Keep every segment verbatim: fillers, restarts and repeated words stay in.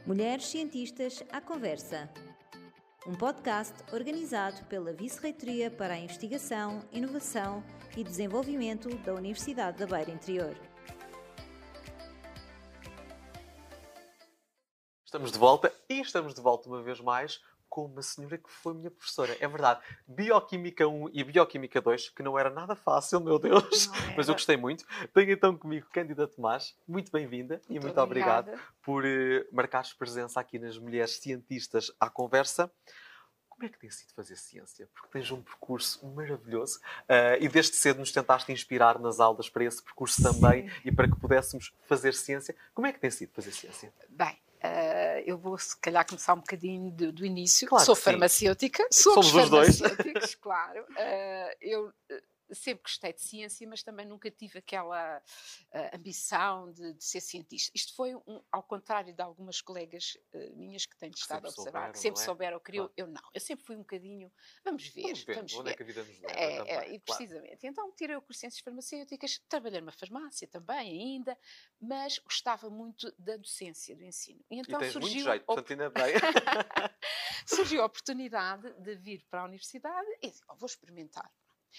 Mulheres Cientistas à Conversa. Um podcast organizado pela Vice-Reitoria para a Investigação, Inovação e Desenvolvimento da Universidade da Beira Interior. Estamos de volta e estamos de volta uma vez mais com uma senhora que foi minha professora. É verdade, Bioquímica um e Bioquímica dois, que não era nada fácil, meu Deus, mas eu gostei muito. Tenho então comigo Cândida Tomás. Muito bem-vinda e muito obrigada. obrigado por uh, marcares presença aqui nas Mulheres Cientistas à Conversa. Como é que tem sido fazer ciência? Porque tens um percurso maravilhoso uh, e desde cedo nos tentaste inspirar nas aulas para esse percurso também. Sim. E para que pudéssemos fazer ciência. Como é que tem sido fazer ciência? Bem, uh, eu vou se calhar começar um bocadinho do, do início. Claro Sou que farmacêutica, somos, somos os dois. farmacêuticos, claro. Uh, eu sempre gostei de ciência, mas também nunca tive aquela uh, ambição de, de ser cientista. Isto foi, um, ao contrário de algumas colegas uh, minhas que têm estado a observar, souberam, que sempre não é? souberam o que queriam, Claro. eu não. Eu sempre fui um bocadinho, vamos ver, Vamos ver, vamos onde ver. é que a vida nos leva É, também, é, claro. precisamente. Então tirei o curso de Ciências Farmacêuticas, trabalhei numa farmácia também ainda, mas gostava muito da docência, do ensino. E então e tens surgiu muito jeito, portanto ainda bem. surgiu a oportunidade de vir para a universidade e disse, oh, vou experimentar.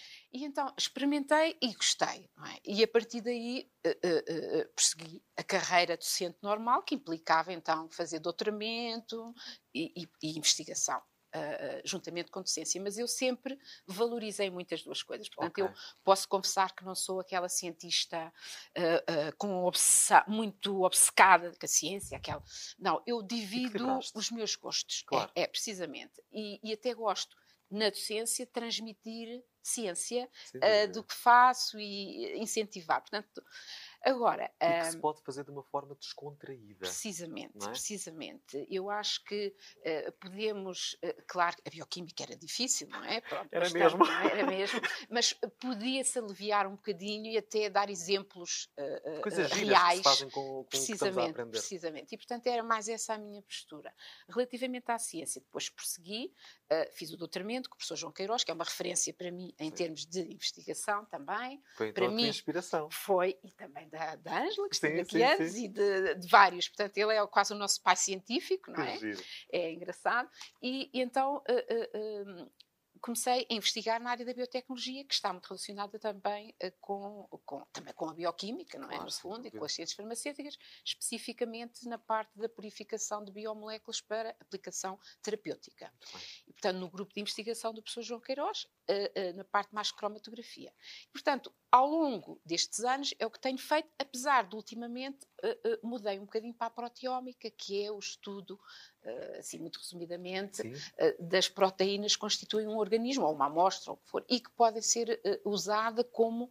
E então experimentei e gostei, não é? E a partir daí uh, uh, uh, persegui a carreira docente normal, que implicava então fazer doutoramento e, e, e investigação. Uh, juntamente com docência, mas eu sempre valorizei muito as duas coisas. Portanto, Okay. eu posso confessar que não sou aquela cientista uh, uh, com obsessa- muito obcecada com a ciência, aquela... Não, eu divido os meus gostos, claro. é, é precisamente. E, e até gosto, na docência, transmitir ciência uh, do que faço e incentivar. Portanto, agora... E que um, se pode fazer de uma forma descontraída. Precisamente, não é? precisamente. Eu acho que uh, podemos... Uh, claro, a bioquímica era difícil, não é? Pronto, era, bastante, mesmo. Não é? Era mesmo. Mas podia-se aliviar um bocadinho e até dar exemplos uh, Coisas uh, giras reais. que se fazem com, com precisamente, o que estamos a aprender. Precisamente. E, portanto, era mais essa a minha postura. Relativamente à ciência, depois prossegui, uh, fiz o doutoramento com o professor João Queiroz, que é uma referência para mim em Sim. termos de investigação também. Foi então para a tua mim, inspiração. Foi, e também da, da Ângela, que esteve aqui sim, antes, sim. e de, de vários. Portanto, ele é quase o nosso pai científico, não que é? Giro. É engraçado. E, e então uh, uh, uh, comecei a investigar na área da biotecnologia, que está muito relacionada também, uh, com, com, também com a bioquímica, não claro, é? No fundo, e sim. com as ciências farmacêuticas, especificamente na parte da purificação de biomoléculas para aplicação terapêutica. E, portanto, no grupo de investigação do professor João Queiroz, uh, uh, na parte mais cromatografia. E, portanto, ao longo destes anos é o que tenho feito, apesar de ultimamente uh, uh, mudei um bocadinho para a proteómica, que é o estudo, uh, assim muito resumidamente, uh, das proteínas que constituem um organismo, ou uma amostra, ou o que for, e que pode ser uh, usada como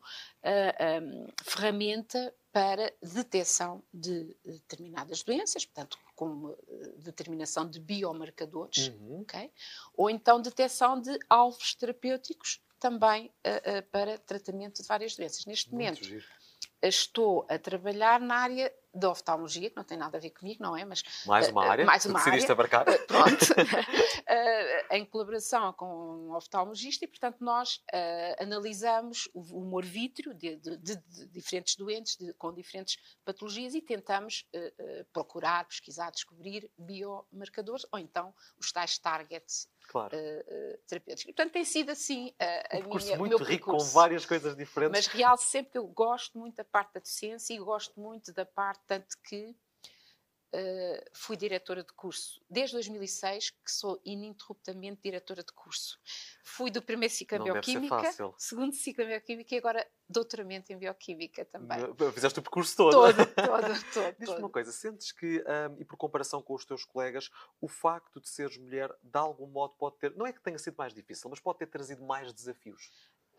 uh, um, ferramenta para detecção de determinadas doenças, portanto, como uh, determinação de biomarcadores, uhum. okay? Ou então detecção de alvos terapêuticos, também uh, uh, para tratamento de várias doenças. Neste Muito momento, giro. estou a trabalhar na área da oftalmologia, que não tem nada a ver comigo, não é? Mas, mais uma área, uh, mais tu uma decidiste área, abarcar. Uh, pronto, uh, em colaboração com um oftalmologista, e, portanto, nós uh, analisamos o humor vítreo de, de, de, de diferentes doentes, de, com diferentes patologias, e tentamos uh, uh, procurar, pesquisar, descobrir biomarcadores, ou então os tais targets claro. uh, uh, terapêuticos. E, portanto, tem sido assim uh, a um curso minha, muito o meu rico, percurso. com várias coisas diferentes. Mas realço sempre que eu gosto muito da parte da docência e gosto muito da parte, tanto que Uh, fui diretora de curso desde dois mil e seis, que sou ininterruptamente diretora de curso. Fui do primeiro ciclo em Bioquímica, segundo ciclo em Bioquímica e agora doutoramento em Bioquímica também. Fizeste o percurso todo. Todo, todo, todo. Diz-me uma coisa, sentes que, um, e por comparação com os teus colegas, o facto de seres mulher, de algum modo pode ter, não é que tenha sido mais difícil, mas pode ter trazido mais desafios?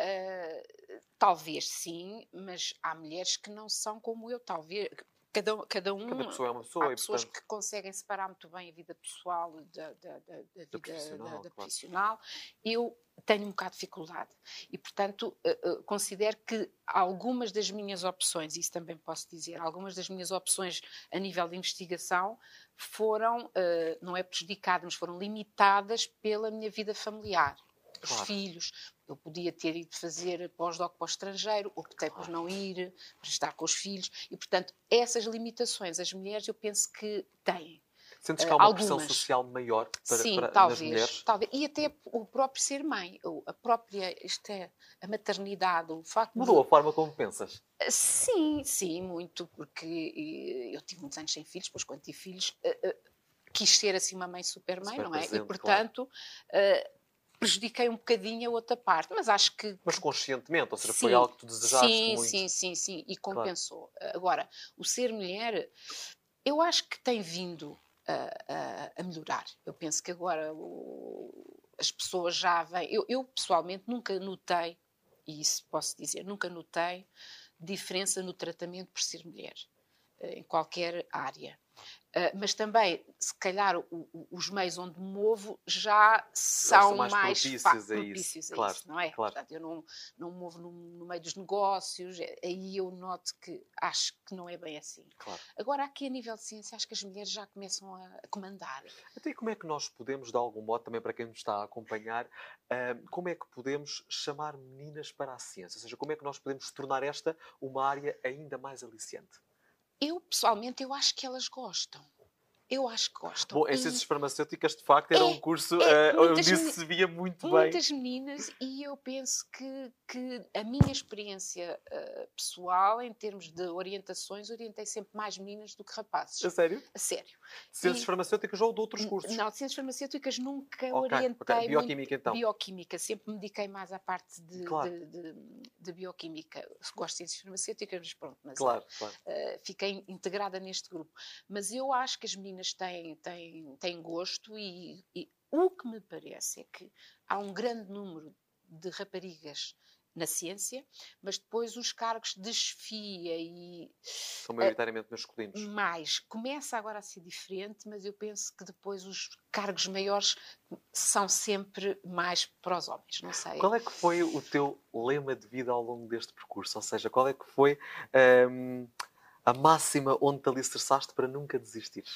Uh, talvez sim, mas há mulheres que não são como eu, talvez... Cada, cada um, cada pessoa é uma pessoa. Há pessoas e, portanto... que conseguem separar muito bem a vida pessoal da, da, da, da vida da profissional. Da, da claro. profissional. Eu tenho um bocado de dificuldade e, portanto, uh, uh, considero que algumas das minhas opções, isso também posso dizer, algumas das minhas opções a nível de investigação foram, uh, não é prejudicadas, mas foram limitadas pela minha vida familiar. Os claro. filhos, eu podia ter ido fazer pós-doc para o estrangeiro, optei claro. por não ir, para estar com os filhos, e, portanto, essas limitações as mulheres eu penso que têm. Sentes que há uma algumas. pressão social maior para, Sim, para, talvez, nas mulheres? talvez. E até o próprio ser mãe, a própria, isto é, a maternidade, o facto Mudou de... a forma como pensas? Sim, sim, muito, porque eu tive muitos anos sem filhos, depois quando tive filhos, uh, uh, quis ser assim uma mãe super mãe, Super não é? presente, E portanto, claro. uh, prejudiquei um bocadinho a outra parte, mas acho que... Mas conscientemente, ou seja, sim, foi algo que tu desejaste sim, muito. Sim, sim, sim, e compensou. Claro. Agora, o ser mulher, eu acho que tem vindo a, a, a melhorar. Eu penso que agora o, as pessoas já vêm... Eu, eu, pessoalmente, nunca notei, e isso posso dizer, nunca notei diferença no tratamento por ser mulher, em qualquer área. Uh, mas também, se calhar, o, o, os meios onde me movo já são, são mais mais propícios, a, propícios isso. a Claro, isso, não é? Claro. Portanto, eu não, não me movo no, no meio dos negócios, aí eu noto que acho que não é bem assim. Claro. Agora, aqui a nível de ciência, acho que as mulheres já começam a, a comandar. Então, e como é que nós podemos, de algum modo, também para quem nos está a acompanhar, uh, como é que podemos chamar meninas para a ciência? Ou seja, como é que nós podemos tornar esta uma área ainda mais aliciante? Eu, pessoalmente, eu acho que elas gostam. Eu acho que gostam. Bom, em e... ciências farmacêuticas, de facto, era é, um curso é, uh, onde isso se via muito bem. Muitas meninas, e eu penso que, que a minha experiência uh, pessoal, em termos de orientações, orientei sempre mais meninas do que rapazes. A sério? A sério. Ciências e, farmacêuticas ou de outros cursos? Não, ciências farmacêuquas nunca okay, orientei okay. Bioquímica, muito. então? Bioquímica, sempre me dediquei mais à parte de, claro. de, de, de bioquímica. Gosto de ciências farmacêuticas, mas pronto. Mas, claro, claro. Uh, fiquei integrada neste grupo. Mas eu acho que as meninas têm, têm, têm gosto e, e o que me parece é que há um grande número de raparigas na ciência, mas depois os cargos de chefia e... São maioritariamente uh, masculinos. Mais. Começa agora a ser diferente, mas eu penso que depois os cargos maiores são sempre mais para os homens, não sei. Qual é que foi o teu lema de vida ao longo deste percurso? Ou seja, qual é que foi um, a máxima onde te alicerçaste para nunca desistires?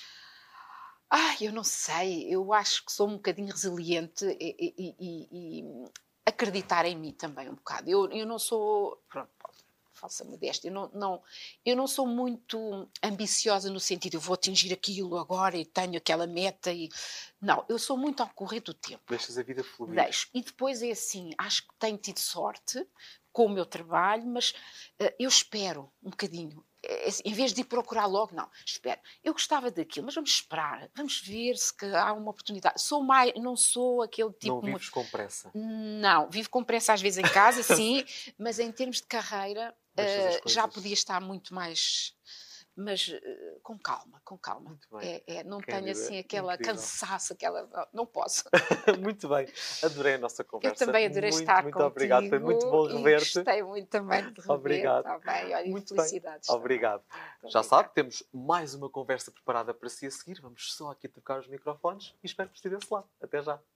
Ah, eu não sei, eu acho que sou um bocadinho resiliente e, e, e, e acreditar em mim também um bocado. Eu, eu não sou, pronto, falsa modéstia, eu não, não, eu não sou muito ambiciosa no sentido, eu vou atingir aquilo agora e tenho aquela meta e... Não, eu sou muito ao correr do tempo. Deixas a vida fluir. Deixo. E depois é assim, acho que tenho tido sorte com o meu trabalho, mas uh, eu espero um bocadinho. Em vez de ir procurar logo, não, espero. Eu gostava daquilo, mas vamos esperar, vamos ver se há uma oportunidade. Sou mais, não sou aquele tipo... Não vives com pressa? Não, vivo com pressa às vezes em casa, sim, mas em termos de carreira uh, já podia estar muito mais... Mas uh, com calma, com calma. Muito bem. É, é, não Quem tenho assim aquela incrível. Cansaço, aquela... Não posso. Muito bem. Adorei a nossa conversa. Eu também adorei muito, estar muito contigo. Obrigado. Foi muito bom rever-te. Gostei muito também de rever. Obrigado. Tá bem. Olha, muito felicidades. Bem. Obrigado. Muito Já obrigado. sabe, temos mais uma conversa preparada para si a seguir. Vamos só aqui trocar os microfones e espero que esteja desse lado. Até já.